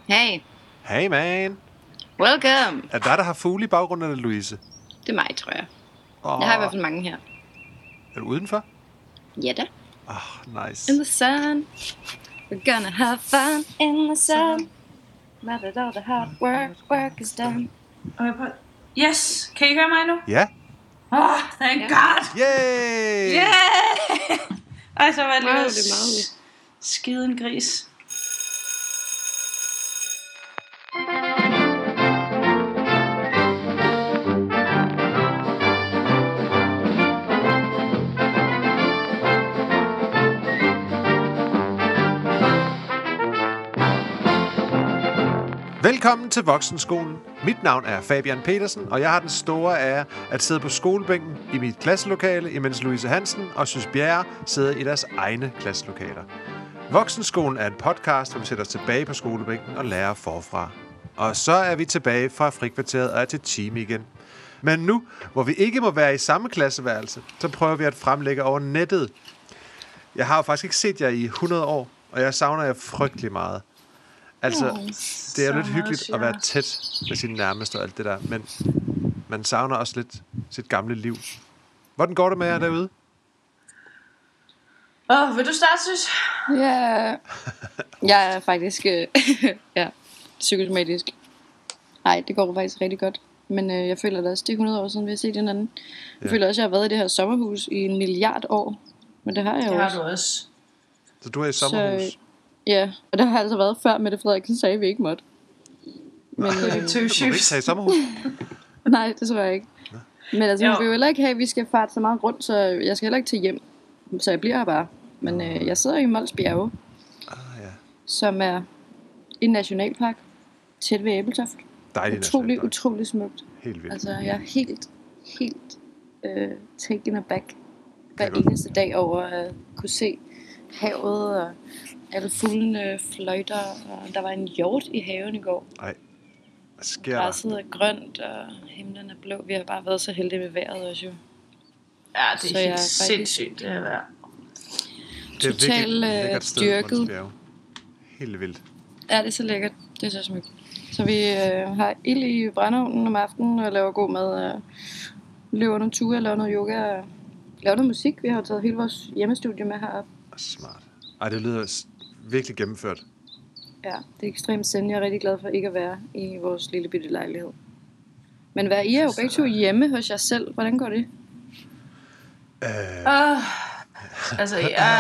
Hey. Hey man. Welcome. Er det dig, der har fugle i baggrunden, eller Louise? Det er mig, tror jeg. Jeg har i hvert fald mange her. Er du udenfor? Ja da. Nice. In the sun. We're gonna have fun in the sun. Now that all the hard work is done. Yes, kan I høre mig nu? Ja. Thank God. Yay! Yeah! Ej, så var jeg lige Wow, ved det er meget. skide en gris. Velkommen til Voksenskolen. Mit navn er Fabian Petersen, og jeg har den store ære at sidde på skolebænken i mit klasselokale, imens Louise Hansen og Søs Bjerre sidder i deres egne klasselokaler. Voksenskolen er en podcast, hvor vi sætter os tilbage på skolebænken og lærer forfra. Og så er vi tilbage fra frikvarteret og er til time igen. Men nu, hvor vi ikke må være i samme klasseværelse, så prøver vi at fremlægge over nettet. Jeg har jo faktisk ikke set jer i 100 år, og jeg savner jer frygtelig meget. Altså, det er jo lidt hyggeligt at være tæt med sine nærmeste og alt det der, men man savner også lidt sit gamle liv. Hvordan går det med jer derude? Vil du starte, Søs? Ja. Jeg er faktisk psykosomatisk. Nej, det går faktisk rigtig godt. Men jeg føler da også, det er 100 år siden, vi har set hinanden. Jeg føler også, jeg har været i det her sommerhus i 1 milliard år. Men det har jeg jo også. Det har du også. Så du er i sommerhus? Ja, og det har altså været før Mette Frederiksen sagde, at vi ikke måtte. Men, Må vi ikke tage i sommerhus? Nej, det tror jeg ikke. Men altså, vi vil jo heller ikke have, at vi skal farte så meget rundt, så jeg skal heller ikke til hjem. Så jeg bliver her bare. Men jeg sidder i Mols Bjerge, som er en nationalpark tæt ved Æbeltoft. Dejligt Utrolig smukt. Helt vildt. Altså, jeg er helt taken aback hver eneste dag over at kunne se havet og alle fuglene fløjter, og der var en hjort i haven i går. Ej, hvad sker der? Græsset er grønt, og himlen er blå. Vi har bare været så heldige med vejret også jo. Ja, det er helt sindssygt, det her vejr. Det er Totalt styrket. Helt vildt. Ja, det er så lækkert. Det er så smukt. Så vi har ild i brændeovnen om aftenen, og laver god mad, og løber nogle ture, laver noget yoga, og laver noget musik. Vi har taget hele vores hjemmestudie med heroppe. Smart. Ej, det lyder virkelig gennemført. Ja, det er ekstremt send. Jeg er rigtig glad for ikke at være i vores lille bitte lejlighed. Men I er jo begge to hjemme hos jer selv. Hvordan går det? Altså,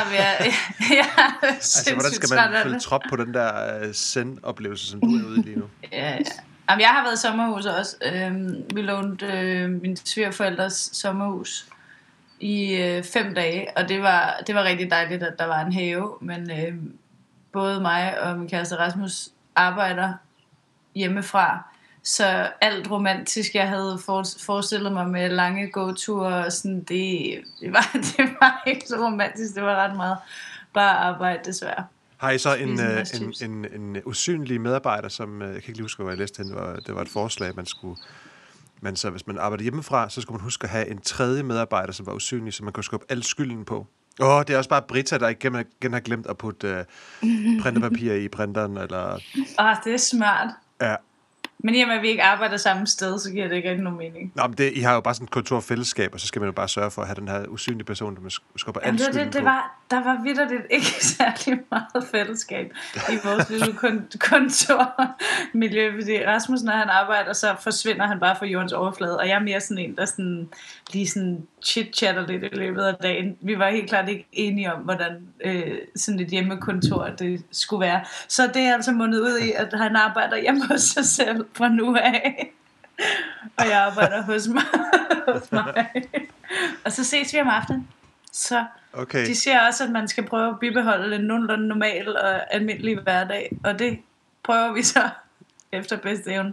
hvordan skal man følge trop på den der send-oplevelse, som du er ude i lige nu? Ja. Jamen, jeg har været i sommerhus også. Vi lånte mine svigerforældres sommerhus i 5 dage, og det var rigtig dejligt, at der var en have, men både mig og min kæreste Rasmus arbejder hjemmefra, så alt romantisk, jeg havde forestillet mig med lange gåture og sådan, det var ikke så romantisk, det var ret meget bare arbejde, desværre. Har I så en usynlig medarbejder, som, jeg kan ikke lige huske, hvor jeg læste hende, det var et forslag, men så hvis man arbejder hjemmefra, så skulle man huske at have en tredje medarbejder, som var usynlig, så man kunne skubbe al skylden på. Det er også bare Britta, der igen har glemt at putte printerpapir i printeren, eller... det er smart. Ja. Men i og med, at vi ikke arbejder samme sted, så giver det ikke rigtig nogen mening. Nå, men I har jo bare sådan et kontorfællesskab, og så skal man jo bare sørge for at have den her usynlige person, der skubber al skylden på. Der var vitterligt ikke særlig meget fællesskab i vores lille kontormiljø, fordi Rasmus, når han arbejder, så forsvinder han bare fra jordens overflade, og jeg er mere sådan en, der sådan, lige sådan chit-chatter lidt i løbet af dagen. Vi var helt klart ikke enige om, hvordan sådan et hjemmekontor det skulle være. Så det er altså mundet ud i, at han arbejder hjemme hos sig selv fra nu af. Og jeg arbejder hos mig. Og så ses vi om aftenen. Så de siger også, at man skal prøve at bibeholde en nogenlunde normal og almindelig hverdag. Og det prøver vi så efter bedste evne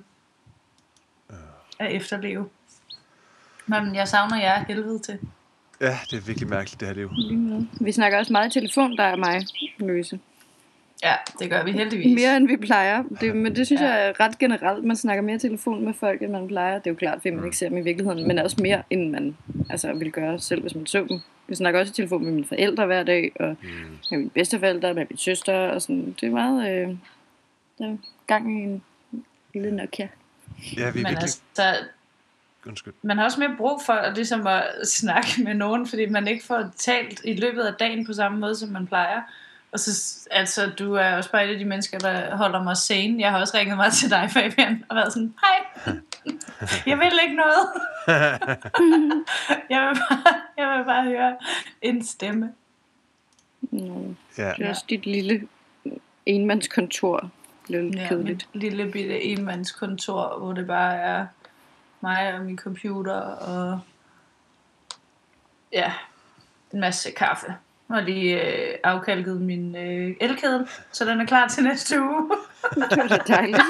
at efterleve. Men jeg savner jer helvede til. Ja, det er virkelig mærkeligt, det her liv. Vi snakker også meget i telefon, der er mig, Louise. Ja, det gør vi heldigvis. Mere end vi plejer. Men det synes jeg er ret generelt. Man snakker mere telefon med folk, end man plejer. Det er jo klart, fordi man ikke ser dem i virkeligheden. Men også mere, end man ville gøre selv, hvis man så dem. Jeg snakker også i telefon med mine forældre hver dag. Og med mine bedsteforældre, med min søster. Og sådan. Det er meget... Der er gang i en lille Nokia. Ja, vi er Men virkelig... altså, Undskyld. man har også mere brug for ligesom at snakke med nogen, fordi man ikke får talt i løbet af dagen på samme måde, som man plejer. Og så, altså, du er også bare et af de mennesker, der holder mig sane. Jeg har også ringet mig til dig, Fabian, og været sådan, hej, jeg vil ikke noget. jeg vil bare høre en stemme. Ja. Det er også dit lille enmandskontor. Lidt kedeligt. Mit lille bitte enmandskontor, hvor det bare er mig og min computer og ja, en masse kaffe. Nu har lige afkalket min elkedel, så den er klar til næste uge. Det var da dejligt.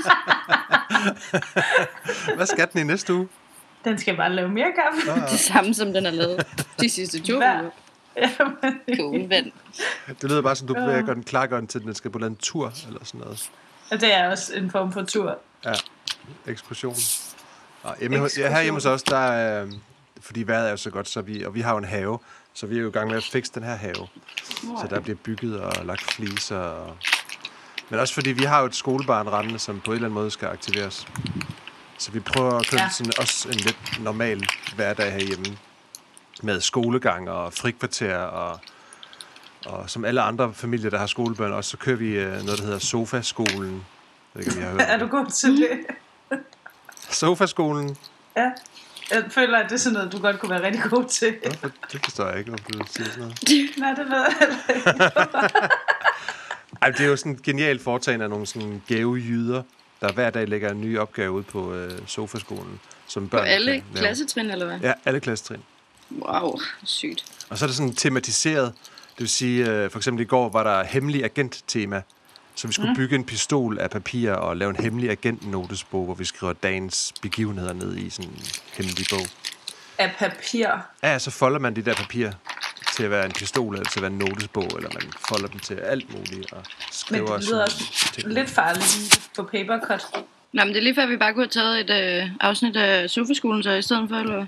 Hvad skal den i næste uge? Den skal bare lave mere kaffe. Det samme som den har lavet de sidste 2 uger. Kogen vand. Det lyder bare som, du bevæger den klargøren til, den skal på en tur, eller sådan noget. Og det er også en form for tur. Ja, eksplosion. Og her hjemme hos os, der er, fordi vejret er jo så godt, så vi har jo en have, så vi er jo i gang med at fikse den her have. Så der bliver bygget og lagt fliser. Men også fordi vi har jo et skolebarn rendende, som på en eller anden måde skal aktiveres. Så vi prøver at køre sådan også en lidt normal hverdag herhjemme. Med skolegang og frikvarter og som alle andre familier, der har skolebørn også, så kører vi noget, der hedder Sofaskolen. Jeg ved ikke, om I har hørt. Er du god til det? Sofaskolen? Ja. Jeg føler, at det er sådan noget, du godt kunne være rigtig god til. Det forstår jeg ikke, hvorfor du siger sådan noget. Nej, det ved jeg heller ikke. Ej, det er jo sådan en genial foretagende af nogle sådan gave jyder, der hver dag lægger en ny opgave ud på Sofaskolen. Som børn på alle klassetrin, eller hvad? Ja, alle klassetrin. Wow, sygt. Og så er det sådan tematiseret. Det vil sige, for eksempel i går var der hemmelig agent-tema. Så vi skulle bygge en pistol af papir og lave en hemmelig agent-notesbog, hvor vi skriver dagens begivenheder ned i sådan en hemmelig bog. Af papir? Ja, så folder man de der papir til at være en pistol, eller til at være en notesbog, eller man folder dem til alt muligt og skriver. Men det lyder også lidt farligt på papercut. Nå, men det er lige før, vi bare kunne have taget et afsnit af Sofaskolen så i stedet for, eller?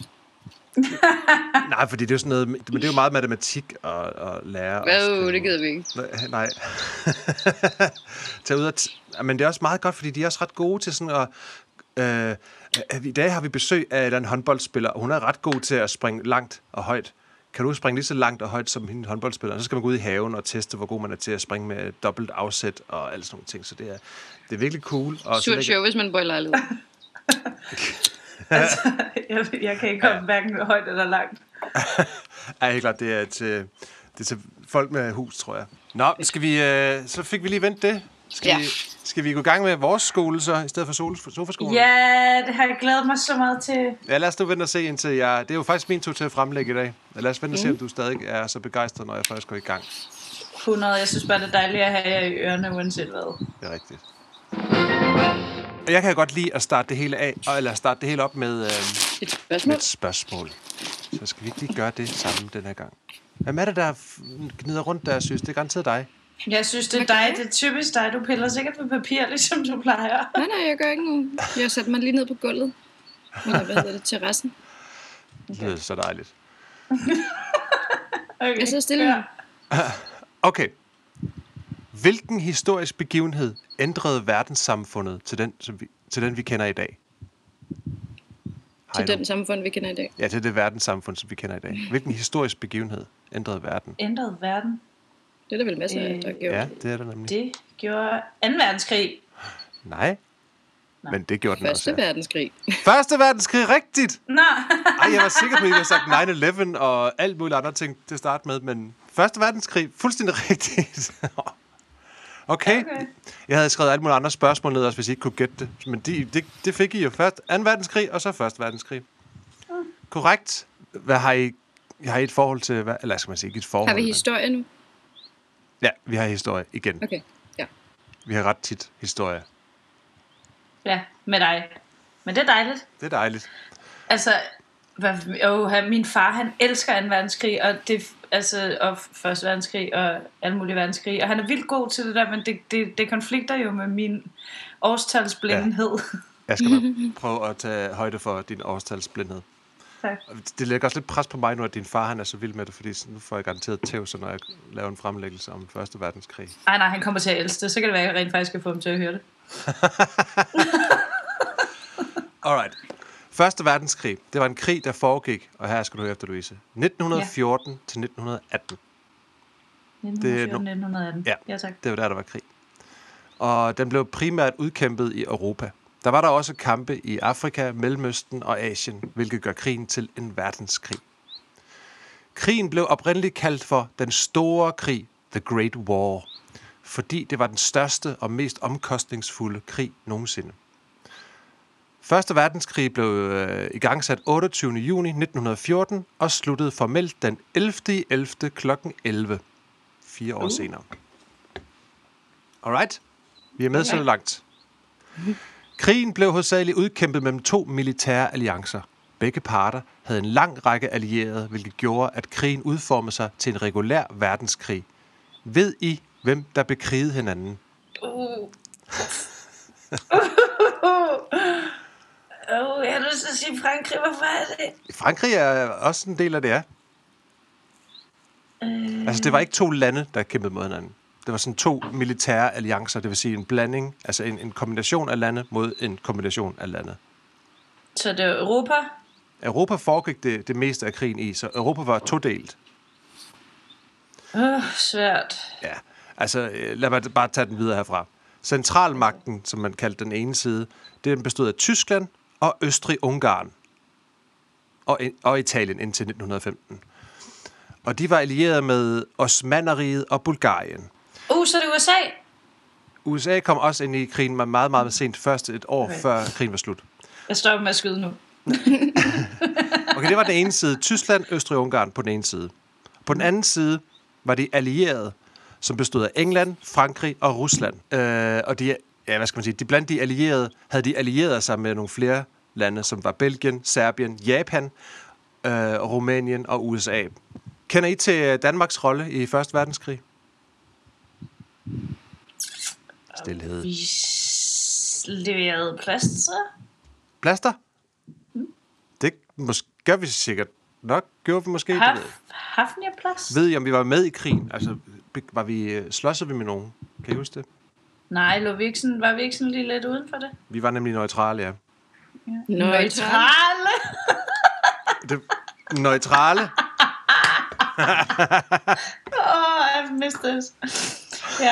Nej, fordi det er jo sådan noget, men det er jo meget matematik og lære. Det gider vi ikke. Nej. Tag ud men det er også meget godt, fordi de er også ret gode til sådan at... I dag har vi besøg af en håndboldspiller, og hun er ret god til at springe langt og højt. Kan du springe lige så langt og højt som hende håndboldspiller? Så skal man gå ud i haven og teste, hvor god man er til at springe med dobbelt afsæt og alle sådan nogle ting. Så det er virkelig cool. Surt show, hvis man bor i lejlighed. Altså, jeg kan ikke komme hverken højt eller langt. Ja, helt klart. Det er til folk med hus, tror jeg. Nå, så fik vi lige vendt det. Skal vi gå i gang med vores skole så, i stedet for Sofaskolen? Ja, det har jeg glædet mig så meget til. Ja, lad os nu vente og se indtil jeg... Det er jo faktisk min tur til at fremlægge i dag. Lad os vente og se, om du stadig er så begejstret, når jeg først går i gang. 100. Jeg synes bare, det er dejligt at have jer i ørerne, uanset hvad. Det er rigtigt. Og jeg kan godt lide at starte det hele af, eller starte det hele op med et spørgsmål. Så skal vi ikke lige gøre det sammen den her gang. Hvem er det, der gnider rundt der, synes? Det er garanteret dig. Jeg synes, det er dig. Det er typisk dig. Du piller sikkert på papir, ligesom du plejer. Nej, jeg gør ikke noget. Jeg sætter mig lige ned på gulvet. Eller hvad hedder det? Terrassen. Det lyder så dejligt. Okay. Jeg sidder stille. Okay. Hvilken historisk begivenhed ændrede verdenssamfundet til den, vi kender i dag? Til den samfund, vi kender i dag? Ja, til det verdenssamfund, som vi kender i dag. Hvilken historisk begivenhed ændrede verden? Ændrede verden? Det er der vel masser af, der gjorde. Ja, det er der nemlig. Det gjorde 2. verdenskrig. Nej. Men det gjorde den også. Første verdenskrig. Første verdenskrig, rigtigt! Nå. Ej, jeg var sikker på, at I havde sagt 9/11 og alt muligt andre ting til at starte med, men første verdenskrig, fuldstændig rigtigt. Okay. Jeg havde skrevet alle mulige andre spørgsmål ned, også hvis I ikke kunne gætte det. Men det fik I jo først. 2. verdenskrig, og så 1. verdenskrig. Korrekt. Hvad har I et forhold til? Eller skal man sige ikke et forhold? Har vi historie nu? Ja, vi har historie igen. Okay, ja. Vi har ret tit historie. Ja, med dig. Men det er dejligt. Det er dejligt. Altså, min far, han elsker 2. verdenskrig, og og 1. verdenskrig, og alle mulige verdenskrig. Og han er vildt god til det der, men det konflikter jo med min årstalsblindhed. Ja. Jeg skal nok prøve at tage højde for din årstalsblindhed. Tak. Det lægger også lidt pres på mig nu, at din far han er så vild med det, fordi nu får jeg garanteret tæv, så når jeg laver en fremlæggelse om 1. verdenskrig. Nej, han kommer til at elske det. Så kan det være, at jeg rent faktisk skal få ham til at høre det. Alright. 1. verdenskrig, det var en krig, der foregik, og her skal du høre efter, Louise, 1914 til 1918. 1918. Ja, tak. det var der var krig. Og den blev primært udkæmpet i Europa. Der var der også kampe i Afrika, Mellemøsten og Asien, hvilket gør krigen til en verdenskrig. Krigen blev oprindeligt kaldt for den store krig, The Great War, fordi det var den største og mest omkostningsfulde krig nogensinde. 1. verdenskrig blev igangsat 28. juni 1914 og sluttede formelt den 11.11. kl. 11. 4 år senere. Alright, vi er med så langt. Krigen blev hovedsageligt udkæmpet mellem 2 militære alliancer. Begge parter havde en lang række allierede, hvilket gjorde, at krigen udformede sig til en regulær verdenskrig. Ved I, hvem der bekrigede hinanden? Jeg har lyst til at sige Frankrig. Hvorfor er det? Frankrig er også en del af det, ja. Altså, det var ikke 2 lande, der kæmpede mod hinanden. Det var sådan 2 militære alliancer, det vil sige en blanding, altså en kombination af lande mod en kombination af lande. Så det er Europa? Europa foregik det meste af krigen i, så Europa var todelt. Svært. Ja, altså lad mig bare tage den videre herfra. Centralmagten, som man kaldte den ene side, den bestod af Tyskland og Østrig-Ungarn og Italien indtil 1915. Og de var allieret med Osmannerriget og Bulgarien. Så er det USA? USA kom også ind i krigen meget, meget sent, først et år før krigen var slut. Jeg stopper med at skyde nu. Okay, det var den ene side. Tyskland, Østrig-Ungarn på den ene side. På den anden side var de allierede, som bestod af England, Frankrig og Rusland. Og de, blandt de allierede, havde de allieret sig med nogle flere lande, som var Belgien, Serbien, Japan, Rumænien og USA. Kender I til Danmarks rolle i 1. verdenskrig? Stilhed. Vi leverede plaster. Plaster? Det gør vi sikkert nok. Gjorde vi måske ikke. Hafniaplads? Ved I, om vi var med i krigen? Altså, slåsede vi med nogen? Kan I huske det? Nej, var vi ikke sådan lige lidt uden for det? Vi var nemlig neutrale, ja. Neutrale? Neutrale? I've missed this. Ja.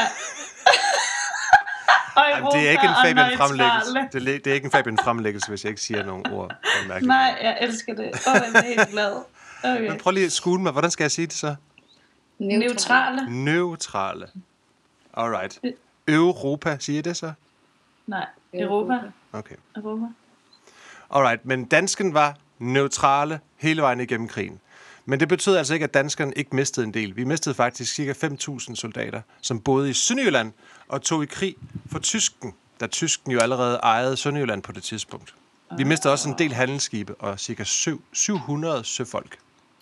Det er ikke en Fabian fremlæggelse. Det er ikke en Fabian fremlæggelse, hvis jeg ikke siger nogle ord. Nej, jeg elsker det. Jeg er helt glad. Okay. Men prøv lige at skule mig. Hvordan skal jeg sige det så? Neutrale. Alright. Europa, siger I det så? Nej, Europa. Okay. Europa. Alright, men dansken var neutrale hele vejen igennem krigen. Men det betød altså ikke, at danskerne ikke mistede en del. Vi mistede faktisk ca. 5.000 soldater, som boede i Sønderjylland og tog i krig for tysken, da tysken jo allerede ejede Sønderjylland på det tidspunkt. Vi mistede også en del handelsskibe og ca. 700 søfolk.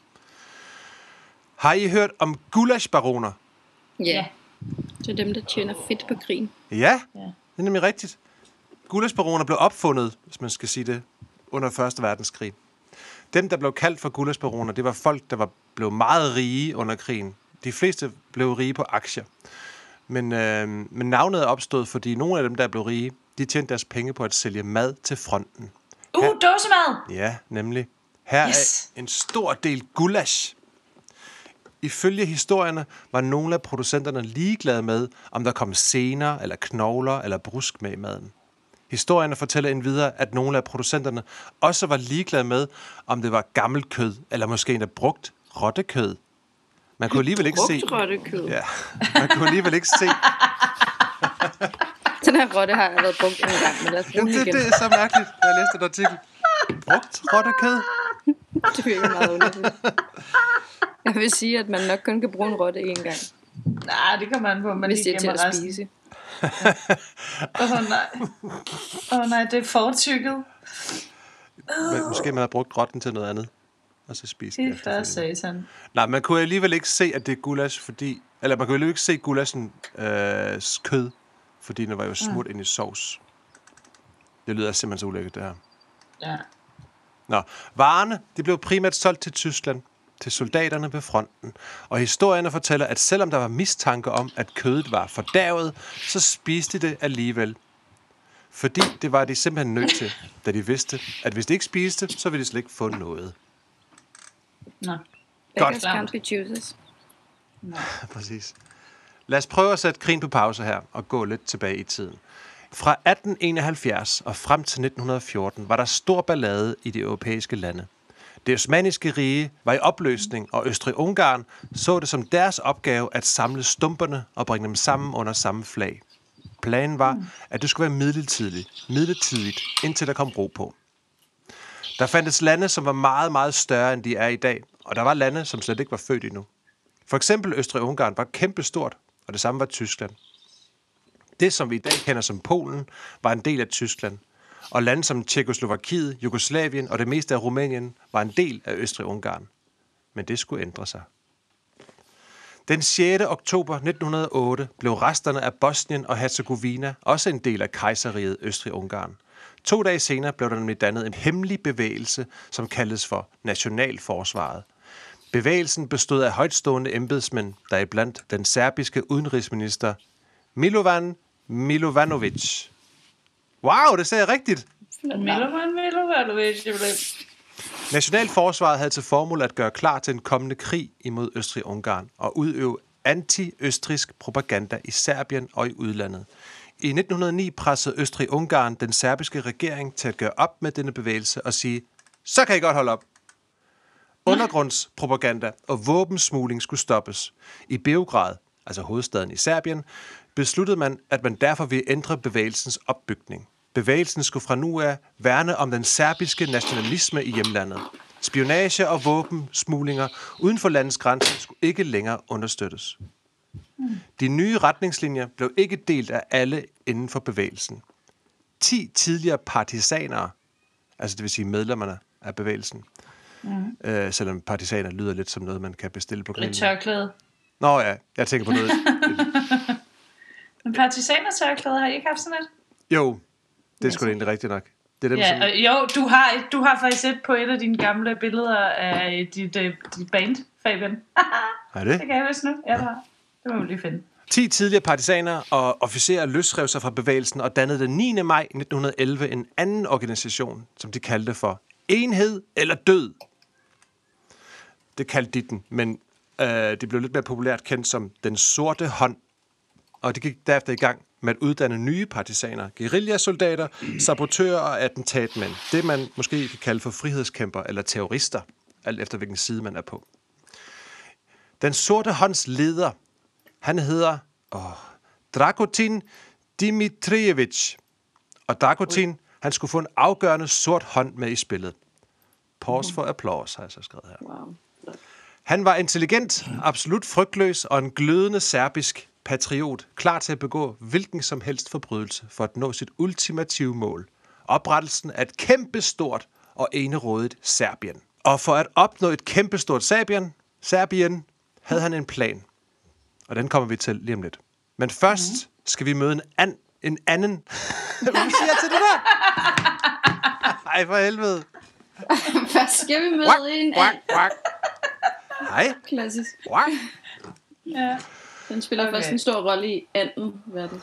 Har I hørt om gullaschbaroner? Ja. Det er dem, der tjener fedt på krigen. Ja, det er nemlig rigtigt. Gullaschbaroner blev opfundet, hvis man skal sige det, under 1. verdenskrig. Dem, der blev kaldt for gullaschbaroner, det var folk, der blev meget rige under krigen. De fleste blev rige på aktier. Men navnet er opstået, fordi nogle af dem, der blev rige, de tjente deres penge på at sælge mad til fronten. Dåsemad! Ja, nemlig. Her er en stor del gulasch. Ifølge historierne var nogle af producenterne ligeglade med, om der kom sener, eller knogler, eller brusk med i maden. Historierne fortæller endvidere, at nogle af producenterne også var ligeglade med, om det var gammelt kød, eller måske endda brugt rottekød. Man kunne alligevel ikke se... rottekød? Ja, man kunne alligevel ikke se... Den her rotte har jeg været brugt en gang, men lad os bruge den igen. Det er så mærkeligt, da jeg læste et artikel. Brugt rottekød? Det virker meget underligt. Jeg vil sige, at man nok kun kan bruge en rotte én gang. Nej, det kommer an på, man hvis lige det er til at resten. spise. Nej, det er fortykket. Men måske man har brugt rotten til noget andet, og så spise det. Det er satan. Nej, man kunne alligevel ikke se, at det er gulasch, fordi... Eller man kunne alligevel ikke se gulaschen kød, fordi den var jo smurt ind i sovs. Det lyder simpelthen så ulækkert, det her. Ja. Varerne de blev primært solgt til Tyskland, til soldaterne ved fronten. Og historierne fortæller, at selvom der var mistanke om, at kødet var fordærvet, så spiste de det alligevel. Fordi det var de simpelthen nødt til, da de vidste, at hvis de ikke spiste, så ville de slet ikke få noget. Nå. Beggars can't be choosers. Præcis. Lad os prøve at sætte krigen på pause her og gå lidt tilbage i tiden. Fra 1871 og frem til 1914 var der stor ballade i de europæiske lande. Det osmanniske rige var i opløsning, og Østrig-Ungarn så det som deres opgave at samle stumperne og bringe dem sammen under samme flag. Planen var, at det skulle være midlertidigt, indtil der kom ro på. Der fandtes lande, som var meget, meget større, end de er i dag, og der var lande, som slet ikke var født endnu. For eksempel Østrig-Ungarn var kæmpestort, og det samme var Tyskland. Det, som vi i dag kender som Polen, var en del af Tyskland, og lande som Tjekkoslovakiet, Jugoslavien og det meste af Rumænien var en del af Østrig-Ungarn. Men det skulle ændre sig. Den 6. oktober 1908 blev resterne af Bosnien og Herzegovina også en del af kejserriget Østrig-Ungarn. 2 dage senere blev der nemlig dannet en hemmelig bevægelse, som kaldes for Nationalforsvaret. Bevægelsen bestod af højtstående embedsmænd, deriblandt den serbiske udenrigsminister Milovan Milovanović. Wow, det sagde jeg rigtigt! Milovan Milovanović. Nationalforsvaret havde til formål at gøre klar til en kommende krig imod Østrig-Ungarn og udøve anti-østrigsk propaganda i Serbien og i udlandet. I 1909 pressede Østrig-Ungarn den serbiske regering til at gøre op med denne bevægelse og sige, så kan I godt holde op. Undergrundspropaganda og våbensmugling skulle stoppes. I Beograd, altså hovedstaden i Serbien, besluttede man, at man derfor ville ændre bevægelsens opbygning. Bevægelsen skulle fra nu af værne om den serbiske nationalisme i hjemlandet. Spionage og våbensmuglinger uden for landets grænser skulle ikke længere understøttes. De nye retningslinjer blev ikke delt af alle inden for bevægelsen. 10 tidligere partisaner, altså det vil sige medlemmerne af bevægelsen, selvom partisaner lyder lidt som noget, man kan bestille på grillen. Et tørklæde. Nå ja, jeg tænker på noget. Men partisaner tørklæde, har I ikke haft sådan et? Jo, det er sgu egentlig rigtigt nok. Det er dem, ja, som... Jo, du har faktisk et på et af dine gamle billeder af dit band, Fabian. Er det? Det kan jeg vist nu. Ja, det har. Det må vi lige finde. 10 tidligere partisaner og officerer løsrev sig fra bevægelsen og dannede den 9. maj 1911 en anden organisation, som de kaldte for Enhed eller Død. Det kaldte de den, men det blev lidt mere populært kendt som Den Sorte Hånd. Og de gik derefter i gang med at uddanne nye partisaner, guerillasoldater, sabotører og attentatmænd. Det man måske kan kalde for frihedskæmper eller terrorister, alt efter hvilken side man er på. Den Sorte Hånds leder, han hedder Dragutin Dimitrijević. Og Dragutin, han skulle få en afgørende sort hånd med i spillet. Pause for applause, har jeg så skrevet her. Wow. Han var intelligent, absolut frygtløs og en glødende serbisk patriot, klar til at begå hvilken som helst forbrydelse for at nå sit ultimative mål. Oprettelsen af et kæmpestort og enerådigt Serbien. Og for at opnå et kæmpestort Serbien, havde han en plan. Og den kommer vi til lige om lidt. Men først skal vi møde en anden... Hvad siger jeg til det der? Ej, for helvede. Først skal vi møde en anden. Hej. Klassisk. Ja. Den spiller først en stor rolle i anden verden.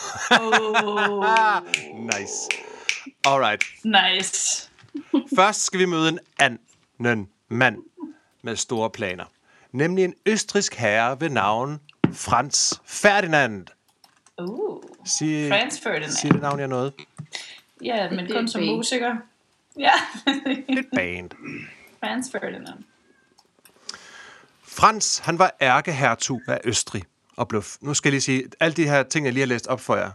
Nice. Alright. Nice. Først skal vi møde en anden mand med store planer. Nemlig en østrigsk herre ved navn Franz Ferdinand. Franz Ferdinand. Siger det navn jeg noget? Ja, men kun som musiker. Ja. Et band. Franz Ferdinand. Franz, han var ærkehertug af Østrig. Og blev, nu skal jeg lige sige, alle de her ting, jeg lige har læst op for jer.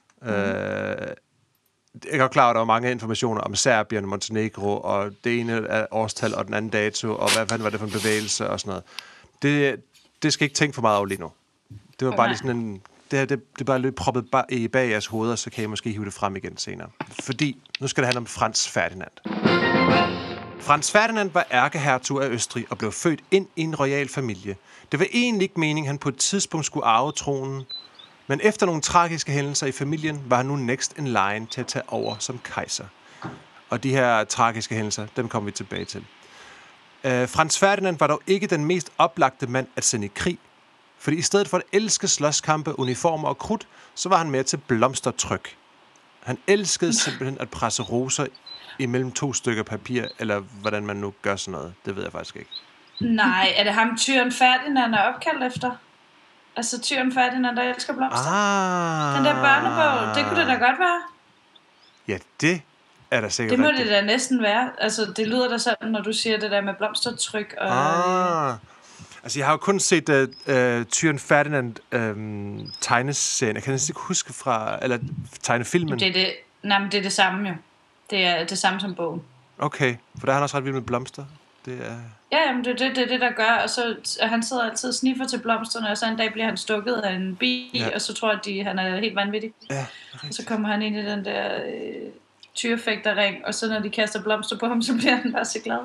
Jeg er godt klar, at der var mange informationer om Serbien, Montenegro, og det ene af årstal og den anden dato, og hvad fanden var det for en bevægelse og sådan noget. Det skal ikke tænke for meget over lige nu. Det var bare lige sådan en... Det er bare lidt proppet bag jeres hoveder, så kan I måske hive det frem igen senere. Fordi nu skal det handle om Franz Ferdinand. Franz Ferdinand var ærkehertug af Østrig og blev født ind i en royal familie. Det var egentlig ikke meningen, han på et tidspunkt skulle arve tronen. Men efter nogle tragiske hændelser i familien, var han nu next in line til at tage over som kejser. og de her tragiske hændelser, dem kommer vi tilbage til. Franz Ferdinand var dog ikke den mest oplagte mand at sende i krig, fordi i stedet for at elske slåskampe, uniformer og krudt, så var han mere til blomstertryk. Han elskede simpelthen at presse roser imellem 2 stykker papir, eller hvordan man nu gør sådan noget. Det ved jeg faktisk ikke. Nej, er det ham, Tyren Ferdinand er opkaldt efter? Altså Tyren Ferdinand, der elsker blomster? Den der børnebog, det kunne det da godt være. Ja, det er da sikkert det må rigtigt. Det da næsten være. Altså, det lyder da sådan, når du siger det der med blomstertryk. Og, Altså, jeg har jo kun set Tyren Ferdinand tegneserien. Jeg kan næsten ikke huske fra... Eller tegnefilmen. Det er det samme jo. Det er det samme som bogen. Okay, for der er han også ret vild med blomster. Det er... Ja, jamen det er det, der gør. Og så han sidder altid og sniffer til blomsterne, og så en dag bliver han stukket af en bi, og så tror jeg, at han er helt vanvittig. Ja, og så kommer han ind i den der tyrefægterring, og så når de kaster blomster på ham, så bliver han bare så glad.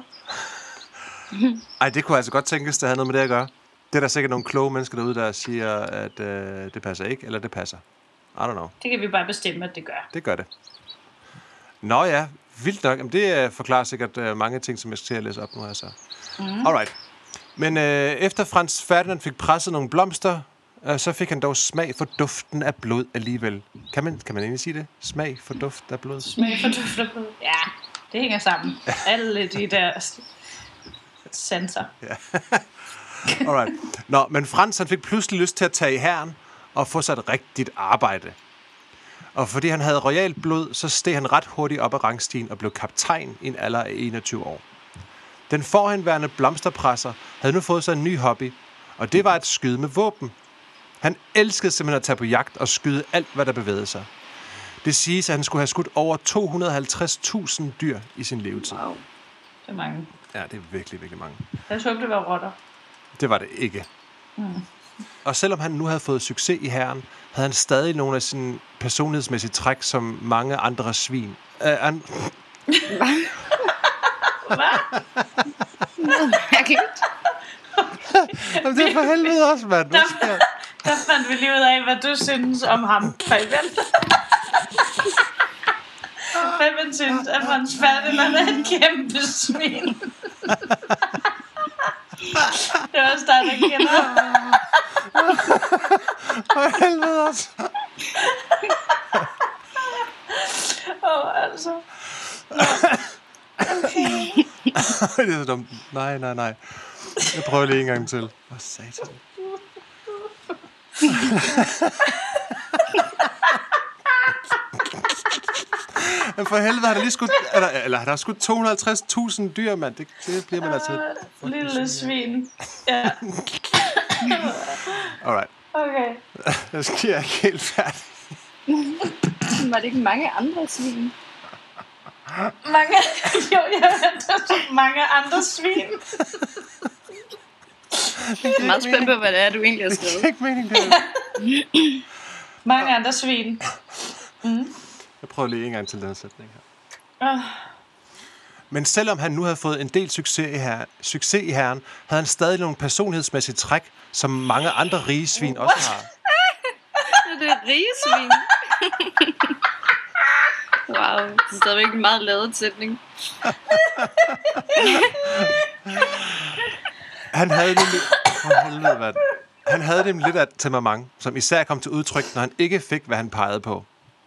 Ej, det kunne altså godt tænkes, det havde noget med det at gøre. Det er der sikkert nogle kloge mennesker derude, der siger, at det passer ikke, eller det passer. I don't know. Det kan vi bare bestemme, at det gør. Det gør det. Nå ja, vildt nok. Jamen, det forklarer sikkert mange ting, som jeg skal til at læse op nu her så. Alright. Men efter Franz Ferdinand fik presset nogle blomster, så fik han dog smag for duften af blod alligevel. Kan man egentlig sige det? Smag for duft af blod? Smag for duft af blod. Ja, det hænger sammen. Alle de der sanser. Ja. Alright. Nå, men Franz han fik pludselig lyst til at tage i hæren og få sig et rigtigt arbejde. Og fordi han havde royalt blod, så steg han ret hurtigt op ad rangstigen og blev kaptajn i en alder af 21 år. Den forhenværende blomsterpresser havde nu fået sig en ny hobby, og det var at skyde med våben. Han elskede simpelthen at tage på jagt og skyde alt, hvad der bevægede sig. Det siges, at han skulle have skudt over 250.000 dyr i sin levetid. Wow, det er mange. Ja, det er virkelig, virkelig mange. Jeg håber, det var rotter. Det var det ikke. Og selvom han nu havde fået succes i hæren, havde han stadig nogle af sine personlighedsmæssige træk, som mange andre svin. Hvad? Jamen, det er for helvede også, mand. Der fandt vi lige ud af, hvad du synes om ham, Fabian. Fabian synes, at Franz Ferdinand er en kæmpe svin. Det er også dig, der kender. For helvede også. Altså. Okay. Det er så dumt. Nej. Jeg prøver lige en gang til. Hvor satan. Men for helvede har der lige skudt... Eller har der skudt 250.000 dyr, mand. Det bliver man altså... Lille svin. Ja. Alright. Okay. Jeg skal ikke helt færdig. Var det ikke mange andre svin? Mange... Jo, jeg hørte mange andre svin. Jeg er meget spændt på, hvad det er, du egentlig har skrevet. Det er ikke meningen, det. Mange andre svin. Jeg prøver lige en gang til den sætning her. Men selvom han nu havde fået en del succes i herren, havde han stadig nogle personlighedsmæssige træk, som mange andre rige svin også har. Det er rige svin. Wow, det er stadigvæk en meget ladet sætning. Han havde nemlig... Han havde nemlig lidt af et temperament, som især kom til udtryk, når han ikke fik, hvad han pegede på.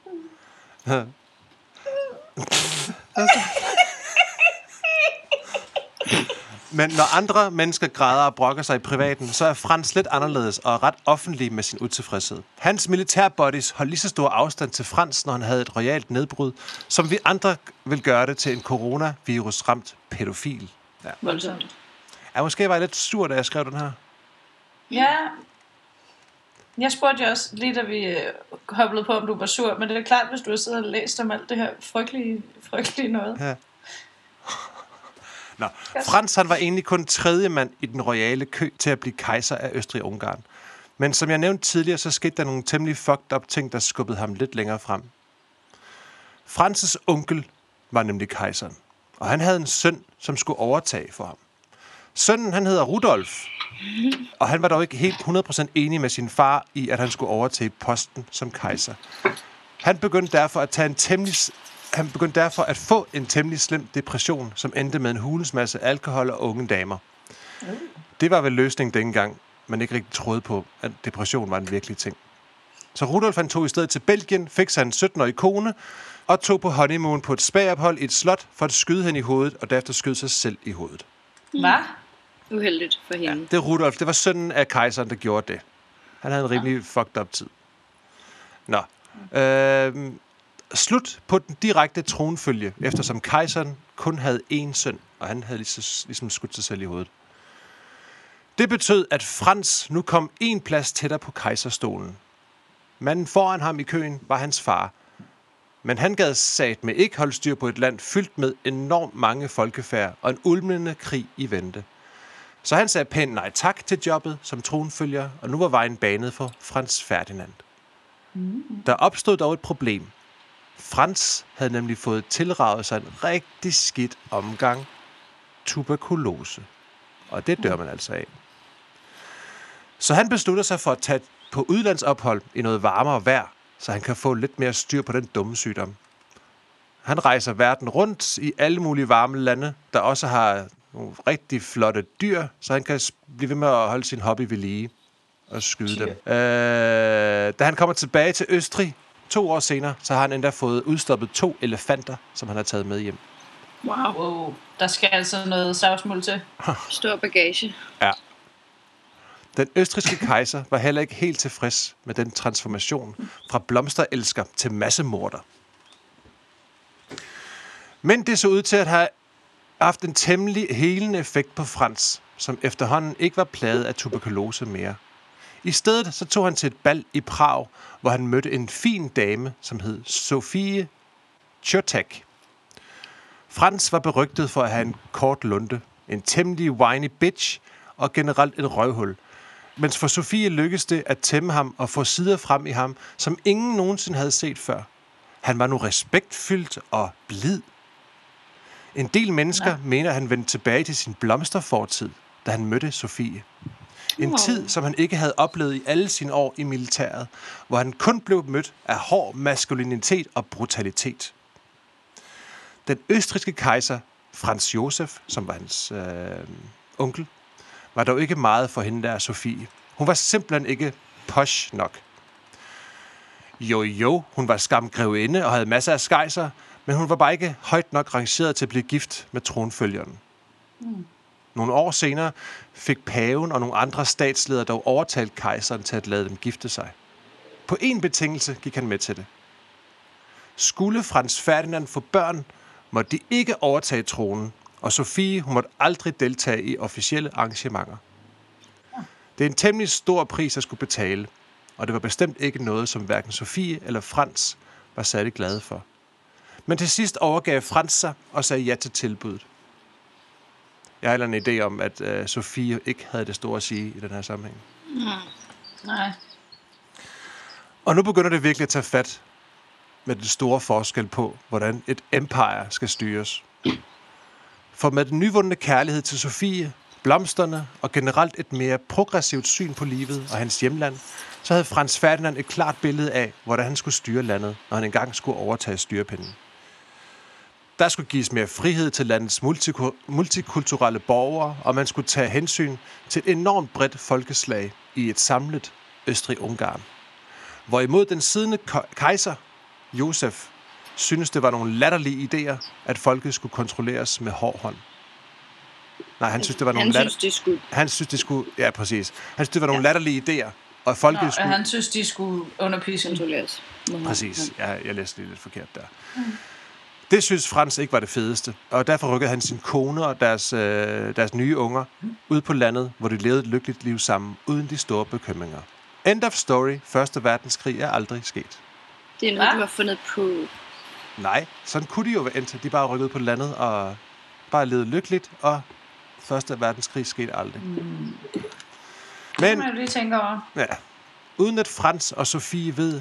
Men når andre mennesker græder og brokker sig i privaten, så er Franz lidt anderledes og ret offentlig med sin utilfredshed. Hans militærbuddies holdt lige så stor afstand til Franz, når han havde et royalt nedbrud, som vi andre vil gøre det til en coronavirus-ramt pædofil. Ja. Voldsomt. Ja, måske var jeg lidt sur, da jeg skrev den her. Ja. Jeg spurgte jo også lige, da vi hoppede på, om du var sur, men det er klart, hvis du har siddet og læst om alt det her frygtelige noget. Ja. Nå, Franz han var egentlig kun tredje mand i den royale kø til at blive kejser af Østrig-Ungarn. Men som jeg nævnte tidligere, så skete der nogle temmelig fucked up ting, der skubbede ham lidt længere frem. Franz' onkel var nemlig kejseren, og han havde en søn, som skulle overtage for ham. Sønnen, han hedder Rudolf, og han var dog ikke helt 100% enig med sin far i, at han skulle overtage posten som kejser. Han begyndte derfor at tage en temmelig Han begyndte derfor at få en temmelig slem depression, som endte med en hulens masse alkohol og unge damer. Det var vel løsningen dengang, man ikke rigtig troede på, at depression var en virkelig ting. Så Rudolf han tog i stedet til Belgien, fik sig en 17-årig kone, og tog på honeymoon på et spa-ophold i et slot, for at skyde hende i hovedet, og derefter skyde sig selv i hovedet. Hvad? Uheldigt for hende. Ja, det er Rudolf. Det var sønnen af kejseren, der gjorde det. Han havde en rimelig fucked up tid. Nå. Slut på den direkte tronfølge, eftersom kejseren kun havde én søn, og han havde ligesom skudt sig selv i hovedet. Det betød, at Frans nu kom en plads tættere på kejserstolen. Manden foran ham i køen var hans far. Men han gad satme ikke holde styr på et land fyldt med enormt mange folkefærd og en ulmende krig i vente. Så han sagde pænt nej tak til jobbet som tronfølger, og nu var vejen banet for Frans Ferdinand. Der opstod dog et problem. Frans havde nemlig fået tilraget sig en rigtig skidt omgang tuberkulose. Og det dør man altså af. Så han beslutter sig for at tage på udlandsophold i noget varmere vejr, så han kan få lidt mere styr på den dumme sygdom. Han rejser verden rundt i alle mulige varme lande, der også har nogle rigtig flotte dyr, så han kan blive ved med at holde sin hobby ved lige og skyde dem. Da han kommer tilbage til Østrig 2 år senere, så har han endda fået udstoppet 2 elefanter, som han har taget med hjem. Wow. Der skal altså noget savsmuld til. Stor bagage. Ja. Den østrigske kejser var heller ikke helt tilfreds med den transformation fra blomsterelsker til massemorder. Men det så ud til at have haft en temmelig helende effekt på Frans, som efterhånden ikke var plaget af tuberkulose mere. I stedet så tog han til et bal i Prag, hvor han mødte en fin dame, som hed Sofie Chotek. Frans var berygtet for at have en kort lunte, en temmelig whiny bitch og generelt en røvhul. Mens for Sofie lykkedes det at tæmme ham og få sider frem i ham, som ingen nogensinde havde set før. Han var nu respektfyldt og blid. En del mennesker mener, at han vendte tilbage til sin blomsterfortid, da han mødte Sofie. En tid, som han ikke havde oplevet i alle sine år i militæret, hvor han kun blev mødt af hård maskulinitet og brutalitet. Den østrigske kejser, Franz Josef, som var hans onkel, var dog ikke meget for hende der, Sofie. Hun var simpelthen ikke posh nok. Jo, hun var skamgrevinde og havde masser af skejser, men hun var bare ikke højt nok rangeret til at blive gift med tronfølgeren. Nogle år senere fik paven og nogle andre statsledere dog overtalt kejseren til at lade dem gifte sig. På en betingelse gik han med til det. Skulle Frans Ferdinand få børn, måtte de ikke overtage tronen, og Sofie hun måtte aldrig deltage i officielle arrangementer. Det er en temmelig stor pris at skulle betale, og det var bestemt ikke noget, som hverken Sofie eller Frans var særlig glade for. Men til sidst overgav Frans sig og sagde ja til tilbuddet. Jeg har en idé om, at Sofie ikke havde det store at sige i den her sammenhæng. Nej. Og nu begynder det virkelig at tage fat med den store forskel på, hvordan et empire skal styres. For med den nyvundne kærlighed til Sofie, blomsterne og generelt et mere progressivt syn på livet og hans hjemland, så havde Frans Ferdinand et klart billede af, hvordan han skulle styre landet, når han engang skulle overtage styrepinden. Der skulle gives mere frihed til landets multikulturelle borgere, og man skulle tage hensyn til et enormt bredt folkeslag i et samlet Østrig-Ungarn. Hvorimod den siddende kejser, Josef, synes det var nogle latterlige idéer, at folket skulle kontrolleres med hård hånd. Nej, han synes det var nogle Han synes det skulle. Ja, præcis. Han synes det var nogle latterlige idéer, og folket skulle. Han synes de skulle kontrolleres. Præcis. Jeg læste lidt forkert der. Det synes Frans ikke var det fedeste, og derfor rykkede han sin kone og deres nye unger ud på landet, hvor de levede et lykkeligt liv sammen, uden de store bekymringer. End of story. Første verdenskrig er aldrig sket. Det er noget, du har fundet på. Nej, sådan kunne de jo være endt. De bare rykkede på landet og bare levede lykkeligt, og Første verdenskrig skete aldrig. Men Men man lige tænker over. ja, uden at Frans og Sofie ved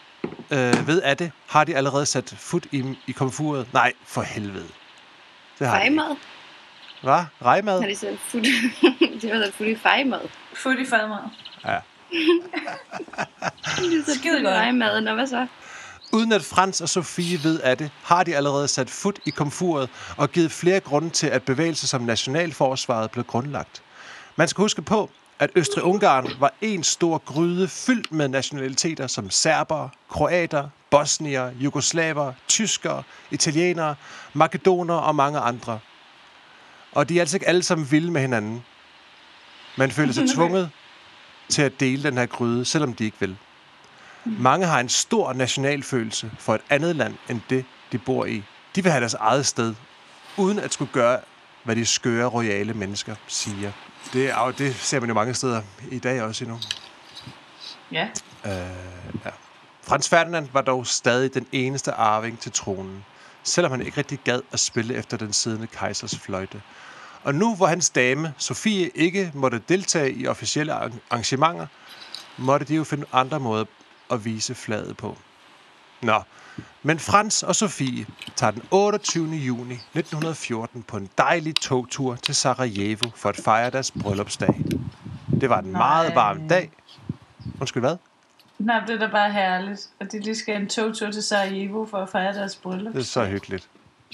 af det, har de allerede sat fod i komfuret. Nej, for helvede. Det har Fejmad? Hvad? Rejmad? Har de sat fod? De har sat fod i fejmad. Fod i fadmad. Ja. De har sat fod i fejmaden, og hvad så? Uden at Frans og Sofie ved af det, har de allerede sat fod i komfuret og givet flere grunde til, at bevægelser som Nationalforsvaret blev grundlagt. Man skal huske på, at Østrig-Ungarn var en stor gryde fyldt med nationaliteter som serbere, kroater, bosnier, jugoslaver, tyskere, italienere, makedonere og mange andre. Og de er altså ikke alle sammen vilde med hinanden. Man føler sig tvunget til at dele den her gryde, selvom de ikke vil. Mange har en stor nationalfølelse for et andet land, end det, de bor i. De vil have deres eget sted, uden at skulle gøre, hvad de skøre, royale mennesker siger. Det ser man jo mange steder i dag også endnu. Ja. Ja. Frans Ferdinand var dog stadig den eneste arving til tronen, selvom han ikke rigtig gad at spille efter den siddende kejsers fløjte. Og nu, hvor hans dame, Sofie, ikke måtte deltage i officielle arrangementer, måtte de jo finde andre måder at vise flaget på. Nå, men Frans og Sofie tager den 28. juni 1914 på en dejlig togtur til Sarajevo for at fejre deres bryllupsdag. Det var en meget varm dag. Undskyld, hvad? Nej, det er da bare herligt, at de lige skal en togtur til Sarajevo for at fejre deres bryllup. Det er så hyggeligt.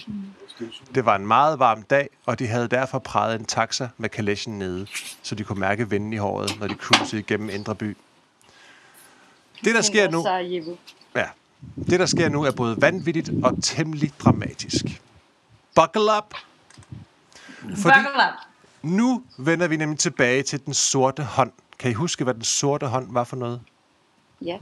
Det var en meget varm dag, og de havde derfor præget en taxa med kalechen nede, så de kunne mærke vinden i håret, når de cruisede igennem Indre By. Det, der sker nu... Ja, det, der sker nu, er både vanvittigt og temmelig dramatisk. Buckle up! Fordi nu vender vi nemlig tilbage til den sorte hånd. Kan I huske, hvad den sorte hånd var for noget? Ja.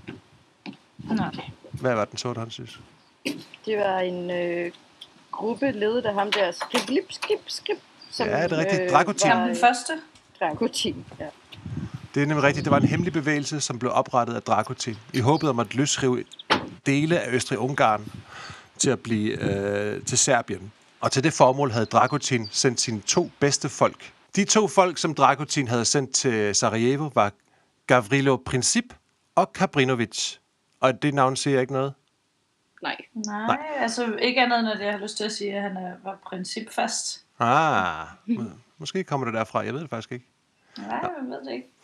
Nej. Hvad var den sorte hånd, synes? Det var en gruppe ledet af ham der Skrip, som ja, det er rigtigt. Dragutin. Den første? Dragutin, ja. Det er nemlig rigtigt. Det var en hemmelig bevægelse, som blev oprettet af Dragutin, i håbet om at løsrive dele af Østrig-Ungarn til at blive til Serbien. Og til det formål havde Dragutin sendt sine 2 bedste folk. De 2 folk, som Dragutin havde sendt til Sarajevo, var Gavrilo Princip og Kabrinović. Og det navn siger jeg ikke noget? Nej, altså ikke andet end, at jeg har lyst til at sige, at han var principfast. Måske kommer det derfra. Jeg ved det faktisk ikke. Nej, jeg ved det ikke.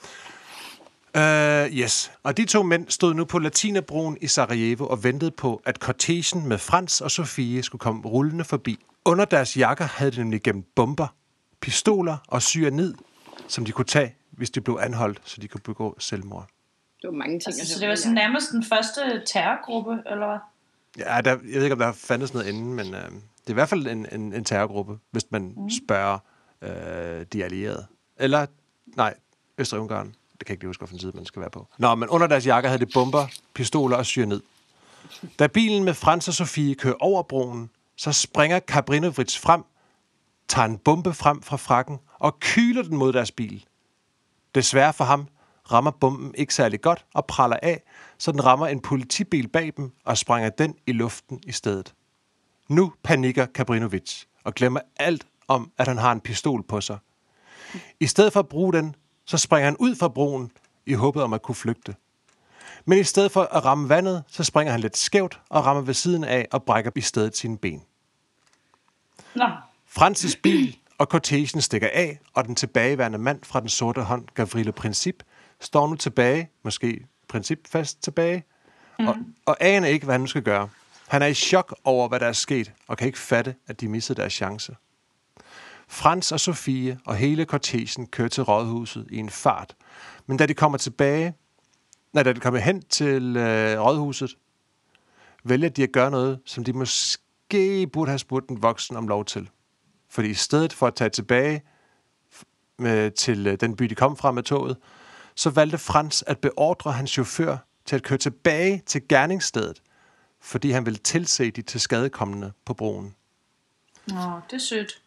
Yes. Og de 2 mænd stod nu på Latinerbroen i Sarajevo og ventede på, at kortegen med Frans og Sofie skulle komme rullende forbi. Under deres jakker havde de nemlig gemt bomber, pistoler og cyanid, som de kunne tage, hvis de blev anholdt, så de kunne begå selvmord. Det var mange ting. Altså, så det var sådan nærmest den første terrorgruppe, eller hvad? Ja, jeg ved ikke, om der fandtes noget inden, men det er i hvert fald en terrorgruppe, hvis man spørger de allierede. Eller, nej, Østrig-Ungarn. Det kan jeg ikke huske, hvilken side man skal være på. Nå, men under deres jakker havde de bomber, pistoler og cyanid. Da bilen med Frans og Sofie kører over broen, så springer Kabrinović frem, tager en bombe frem fra frakken og kyler den mod deres bil. Desværre for ham rammer bomben ikke særlig godt og praller af, så den rammer en politibil bag dem og sprænger den i luften i stedet. Nu panikker Kabrinović og glemmer alt om, at han har en pistol på sig. I stedet for at bruge den, så springer han ud fra broen i håbet om at kunne flygte. Men i stedet for at ramme vandet, så springer han lidt skævt og rammer ved siden af og brækker i stedet sine ben. Nå. Francis bil og kortegen stikker af, og den tilbageværende mand fra den sorte hånd, Gavrilo Princip, står nu tilbage, måske principfast tilbage, og aner ikke, hvad han nu skal gøre. Han er i chok over, hvad der er sket, og kan ikke fatte, at de missede deres chance. Frans og Sofie og hele kortegen kører til rådhuset i en fart, men da de kommer hen til rådhuset, vælger de at gøre noget, som de måske burde have spurgt en voksen om lov til. Fordi i stedet for at tage tilbage til den by, de kom fra med toget, så valgte Frans at beordre hans chauffør til at køre tilbage til gerningsstedet, fordi han ville tilse de tilskadekommende på broen. Det er sødt.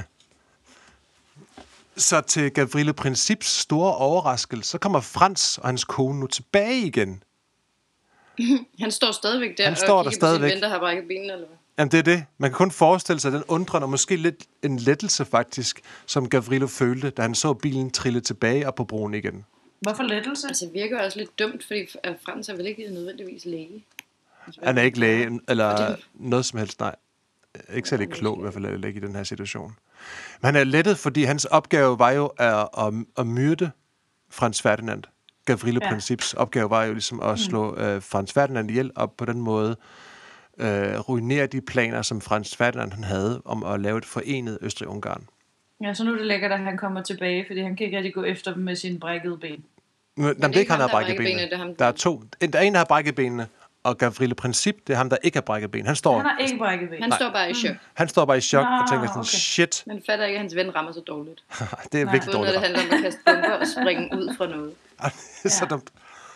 Så til Gavrilo Princips store overraskelse, så kommer Frans og hans kone nu tilbage igen. Han står stadigvæk der han står og der kigger stadigvæk. på sin ven, der har brækket benene, eller hvad? Jamen det er det. Man kan kun forestille sig den undren og måske lidt en lettelse faktisk, som Gavrilo følte, da han så bilen trille tilbage op på broen igen. Hvorfor lettelse? Altså det virker også lidt dumt, fordi Frans er vel ikke nødvendigvis læge. Han er ikke læge, eller noget som helst, nej. Ikke særlig klog i hvert fald at lægge i den her situation. Men han er lettet, fordi hans opgave var jo at myrde Frans Ferdinand. Gavrilo-princips opgave var jo ligesom at slå Frans Ferdinand ihjel, og på den måde ruinere de planer, som Frans Ferdinand han havde om at lave et forenet Østrig-Ungarn. Ja, så nu er det lækkert, at han kommer tilbage, fordi han kan ikke rigtig gå efter dem med sine brækkede ben. Men det er ikke ham, der har brækket benene. Der er to. Der er en, der har brækket benene, og Gavrilo Princip, det er ham, der ikke har brækket ben. Han har ikke brækket ben. Han står bare i chok. Han står bare i chok og tænker sådan, shit. Man fatter ikke, at hans ven rammer så dårligt. Det er virkelig dårligt. Det handler om at kaste bomber og springe ud fra noget. Det er så dumt.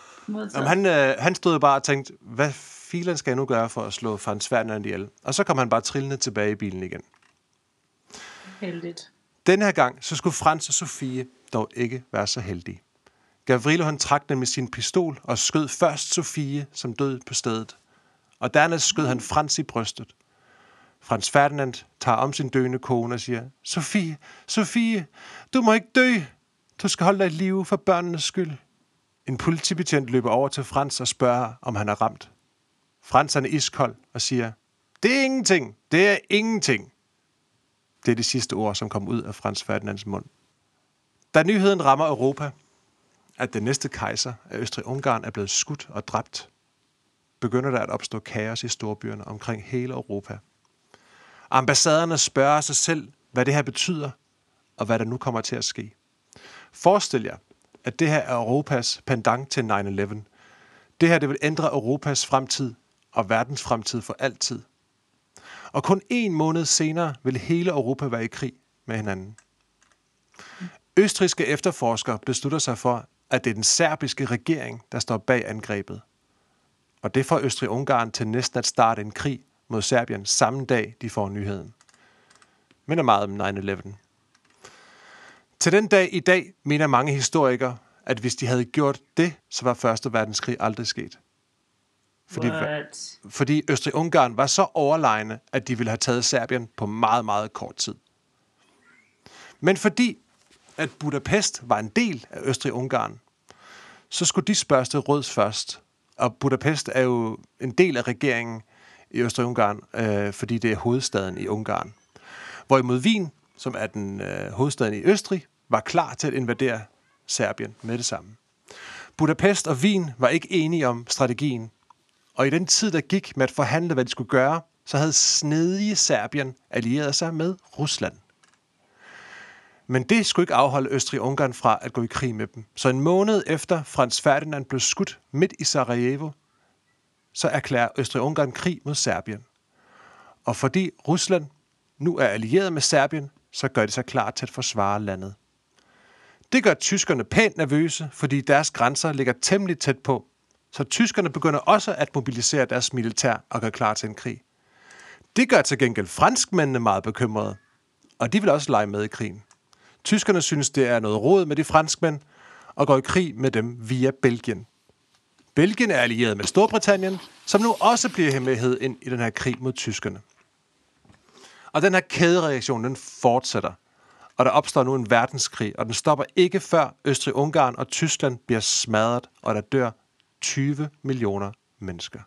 Han stod bare og tænkte, hvad filen skal jeg nu gøre for at slå Frans Ferdinand ihjel? Og så kom han bare trillende tilbage i bilen igen. Heldigt. Den her gang, så skulle Frans og Sofie dog ikke være så heldige. Gavrilo han trak den med sin pistol og skød først Sofie, som døde på stedet. Og dernæst skød han Frans i brystet. Frans Ferdinand tager om sin døende kone og siger, Sofie, du må ikke dø. Du skal holde dig i live for børnenes skyld. En politibetjent løber over til Frans og spørger, om han er ramt. Frans er iskold og siger, det er ingenting, det er ingenting. Det er de sidste ord, som kom ud af Frans Ferdinands mund. Da nyheden rammer Europa, at den næste kejser af Østrig-Ungarn er blevet skudt og dræbt, begynder der at opstå kaos i storbyerne omkring hele Europa. Ambassaderne spørger sig selv, hvad det her betyder, og hvad der nu kommer til at ske. Forestil jer, at det her er Europas pendant til 9/11. Det her det vil ændre Europas fremtid og verdens fremtid for altid. Og kun 1 måned senere vil hele Europa være i krig med hinanden. Østrigske efterforskere beslutter sig for, at det er den serbiske regering, der står bag angrebet. Og det får Østrig-Ungarn til næsten at starte en krig mod Serbien samme dag, de får nyheden. Minder meget om 9/11. Til den dag i dag mener mange historikere, at hvis de havde gjort det, så var Første Verdenskrig aldrig sket. Fordi Østrig-Ungarn var så overlegne, at de ville have taget Serbien på meget, meget kort tid. Men fordi at Budapest var en del af Østrig-Ungarn, så skulle de spørges til råds først. Og Budapest er jo en del af regeringen i Østrig-Ungarn, fordi det er hovedstaden i Ungarn. Hvorimod Wien, som er den hovedstaden i Østrig, var klar til at invadere Serbien med det samme. Budapest og Wien var ikke enige om strategien, og i den tid, der gik med at forhandle, hvad de skulle gøre, så havde snedige Serbien allieret sig med Rusland. Men det skulle ikke afholde Østrig-Ungarn fra at gå i krig med dem. Så en måned efter Frans Ferdinand blev skudt midt i Sarajevo, så erklærer Østrig-Ungarn krig mod Serbien. Og fordi Rusland nu er allieret med Serbien, så gør de sig klar til at forsvare landet. Det gør tyskerne pænt nervøse, fordi deres grænser ligger temmelig tæt på. Så tyskerne begynder også at mobilisere deres militær og gøre klar til en krig. Det gør til gengæld franskmændene meget bekymrede, og de vil også lege med i krigen. Tyskerne synes, det er noget rod med de franskmænd, og går i krig med dem via Belgien. Belgien er allieret med Storbritannien, som nu også bliver hemmelighed ind i den her krig mod tyskerne. Og den her kædereaktion, den fortsætter. Og der opstår nu en verdenskrig, og den stopper ikke før Østrig-Ungarn og Tyskland bliver smadret, og der dør 20 millioner mennesker.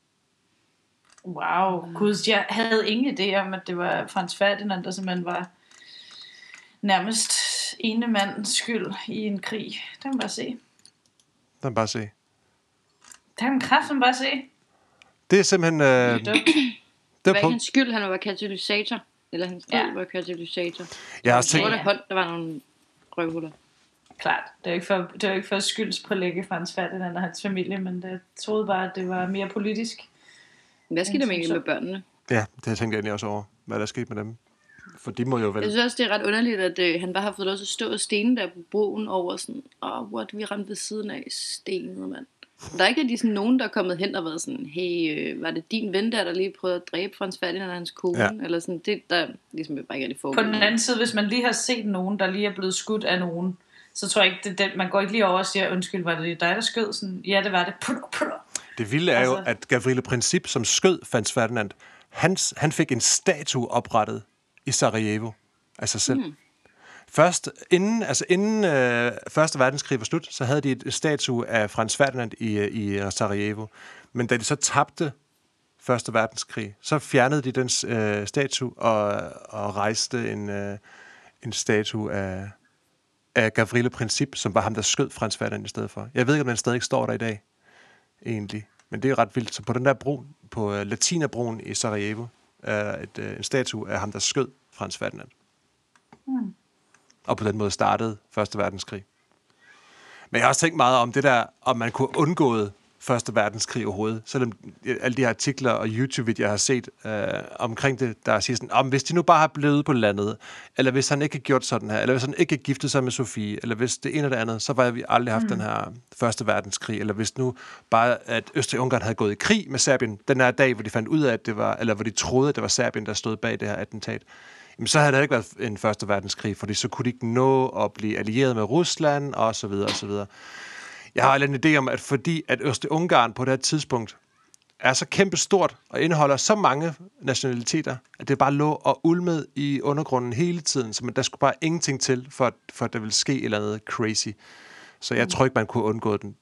Wow, gud, jeg havde ingen idé om, at det var Frans Ferdinand, der simpelthen var nærmest ene mands skyld i en krig. Det kan man bare se. Det kan man bare se. Det kan man kraften bare se. Det er simpelthen... Det var ikke hans skyld, han var katalysator. Eller hans død var katalysator. Jeg har også tænkt... hånd, der var nogle røvhuller. Klart, det er ikke for at skyldspålægge Frans Ferdinand og hans familie, men jeg troede bare, at det var mere politisk. Hvad skete der egentlig med børnene? Ja, det tænkte jeg egentlig også over, hvad der skete med dem. For de må jo vel... Jeg synes også, det er ret underligt, at han bare har fået lov til at stå og stene der på broen over sådan, vi ramte ved siden af stenet, mand. Der er ikke nogen, der er kommet hen og været sådan, hey, var det din ven der lige prøvede at dræbe Frans Ferdinand og hans kone? Ja. Eller sådan, det der ligesom bare ikke rigtig foregår. På den anden side, hvis man lige har set nogen, der lige er blevet skudt af nogen, så tror jeg ikke, man går ikke lige over og siger, undskyld, var det dig, der skød? Sådan, ja, det var det. Det vilde er jo, at Gavrilo Princip, som skød Frans Ferdinand, han fik en statue oprettet i Sarajevo af sig selv. Først, inden Første Verdenskrig var slut, så havde de et statue af Frans Ferdinand i Sarajevo. Men da de så tabte Første Verdenskrig, så fjernede de den statue og rejste en statue af Gavrilo Princip, som var ham, der skød Franz Ferdinand i stedet for. Jeg ved ikke, om den stadig står der i dag, egentlig. Men det er ret vildt. Så på den der bro, på Latinerbroen i Sarajevo, er en statue af ham, der skød Franz Ferdinand. Og på den måde startede Første Verdenskrig. Men jeg har også tænkt meget om det der, om man kunne undgået Første Verdenskrig overhovedet. Selvom alle de her artikler og YouTube-videoer, jeg har set omkring det, der siger sådan, hvis de nu bare har blevet på landet, eller hvis han ikke har gjort sådan her, eller hvis han ikke har giftet sig med Sofie, eller hvis det ene eller det andet, så var vi aldrig haft den her Første Verdenskrig, eller hvis nu bare, at Østrig-Ungarn havde gået i krig med Serbien, den her dag, hvor de fandt ud af, at det var, eller hvor de troede, at det var Serbien, der stod bag det her attentat, jamen, så havde det ikke været en Første Verdenskrig, fordi så kunne de ikke nå at blive allieret med Rusland, og så videre, og så videre. Jeg har en idé om, at fordi at Østrig-Ungarn på det her tidspunkt er så kæmpestort og indeholder så mange nationaliteter, at det bare lå og ulmede i undergrunden hele tiden, så der skulle bare ingenting til, for at der ville ske et eller andet crazy. Så jeg tror ikke, man kunne undgå den.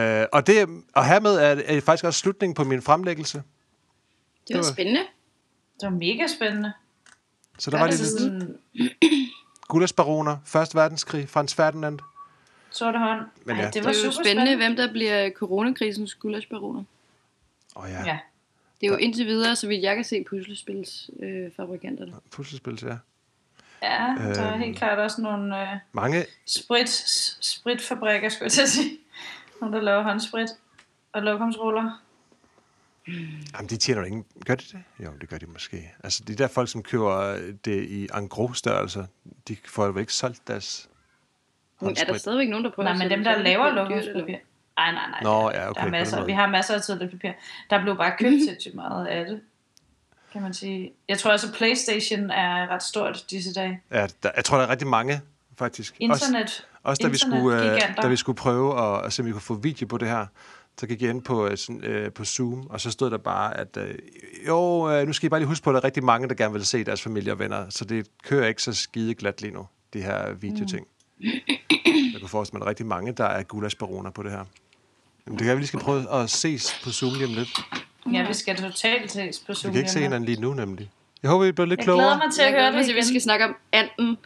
Og hermed er faktisk også slutningen på min fremlæggelse. Det var spændende. Det var mega spændende. Så der var det lidt gullaschbaroner, Første Verdenskrig, Franz Ferdinand. Sorte hånd. Men ja. Det var super spændende, hvem der bliver coronakrisens gullaschbaroner. Ja. Det er jo indtil videre, så vidt jeg kan se, puslespilsfabrikanterne. Puslespils, ja. Ja, der er helt klart også nogle mange spritfabrikker, skulle jeg til at sige. Nogle, der laver håndsprit og lokumsruller. Jamen, de tjener jo ingen... Gør de det? Jo, det gør de måske. Altså, de der folk, som køber det i en gros størrelse, de får jo ikke solgt deres håndsprit. Er der stadigvæk nogen, der prøver at... Nej, men dem, der laver lokumspapir... Nej. Nå, ja, okay. Der er masser. Vi har masser af toiletpapir. Der blev bare købt sindssygt meget af det, kan man sige. Jeg tror også, at PlayStation er ret stort disse dage. Ja, jeg tror, der er rigtig mange, faktisk. Internet. Også da vi skulle prøve at se, om vi kunne få video på det her, så gik jeg ind på Zoom, og så stod der bare, at nu skal I bare lige huske på, at der er rigtig mange, der gerne vil se deres familie og venner, så det kører ikke så skide glat lige nu, de her videoting. Jeg kunne forestille mig, at der er rigtig mange, der er gullaschbaroner på det her. Men det kan vi lige skal prøve at ses på Zoom lige om lidt. Ja, vi skal totalt ses på Zoom. Vi kan ikke se hinanden lige nu, nemlig. Jeg håber, vi bliver lidt klogere. Jeg glæder mig til at høre det igen. Vi skal snakke om anden.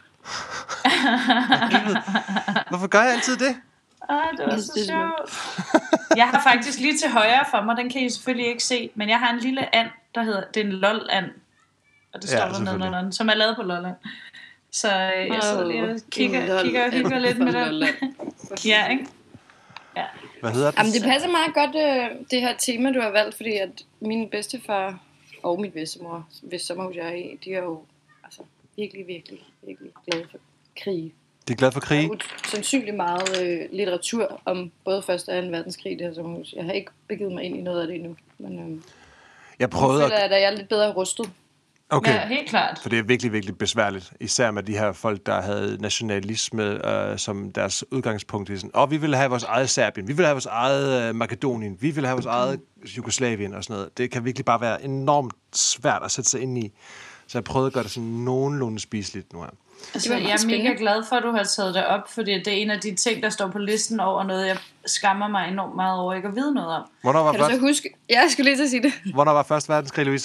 Hvorfor gør jeg altid det? Det var så sjovt. Jeg har faktisk lige til højre for mig, den kan I selvfølgelig ikke se, men jeg har en lille and, der hedder, det er en lol-and, og det står der noget, som er lavet på Lolland. Så jeg sidder lige og kigger og hygger lidt med den. Ja, ikke? Ja. Hvad hedder det? Jamen, det passer meget godt, det her tema, du har valgt, fordi at min bedstefar og min bedstemor, hvis sommerhus jeg er i, de er jo altså, virkelig glade for krig. De er glade for krig? Der er sandsynligt meget litteratur om både første og anden verdenskrig i det her sommerhus. Jeg har ikke begivet mig ind i noget af det endnu, men jeg prøvede at jeg er lidt bedre rustet. Okay, ja, helt klart. For det er virkelig, virkelig besværligt. Især med de her folk, der havde nationalisme som deres udgangspunkt. Vi ville have vores eget Serbien, vi ville have vores eget Makedonien, vi ville have vores eget Jugoslavien og sådan noget. Det kan virkelig bare være enormt svært at sætte sig ind i. Så jeg prøvede at gøre det sådan nogenlunde spiseligt nu her. Altså, jeg er mega glad for, at du har taget det op, fordi det er en af de ting, der står på listen over noget, jeg skammer mig enormt meget over ikke at vide noget om. Kan du så huske? Jeg skulle lige til at sige det. Hvornår var Første Verdenskrig, Louise?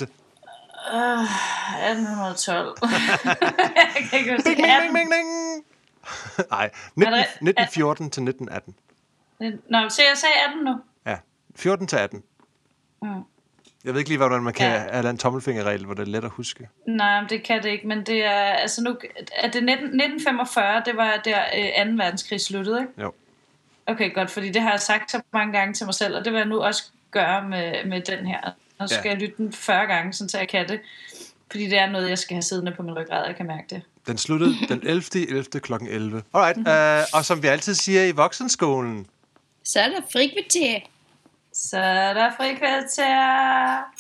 1812. Jeg kan ikke huske det. Nej, 1914 til 1918. Nå, så jeg sagde 18 nu? Ja, 14 til 18. Jeg ved ikke lige, hvordan man kan have en tommelfingerregel, hvor det er let at huske. Nej, det kan det ikke, men det er, altså nu, er det 1945, det var der 2. verdenskrig sluttede, ikke? Jo. Okay, godt, fordi det har jeg sagt så mange gange til mig selv, og det vil jeg nu også gøre med den her. Og så skal jeg lytte den 40 gange, så jeg kan det. Fordi det er noget, jeg skal have siddende på min ryggrad, jeg kan mærke det. Den sluttede den 11. kl. 11. Alright, og som vi altid siger i voksenskolen. Så er der frikvarter. Så er der frikvarter.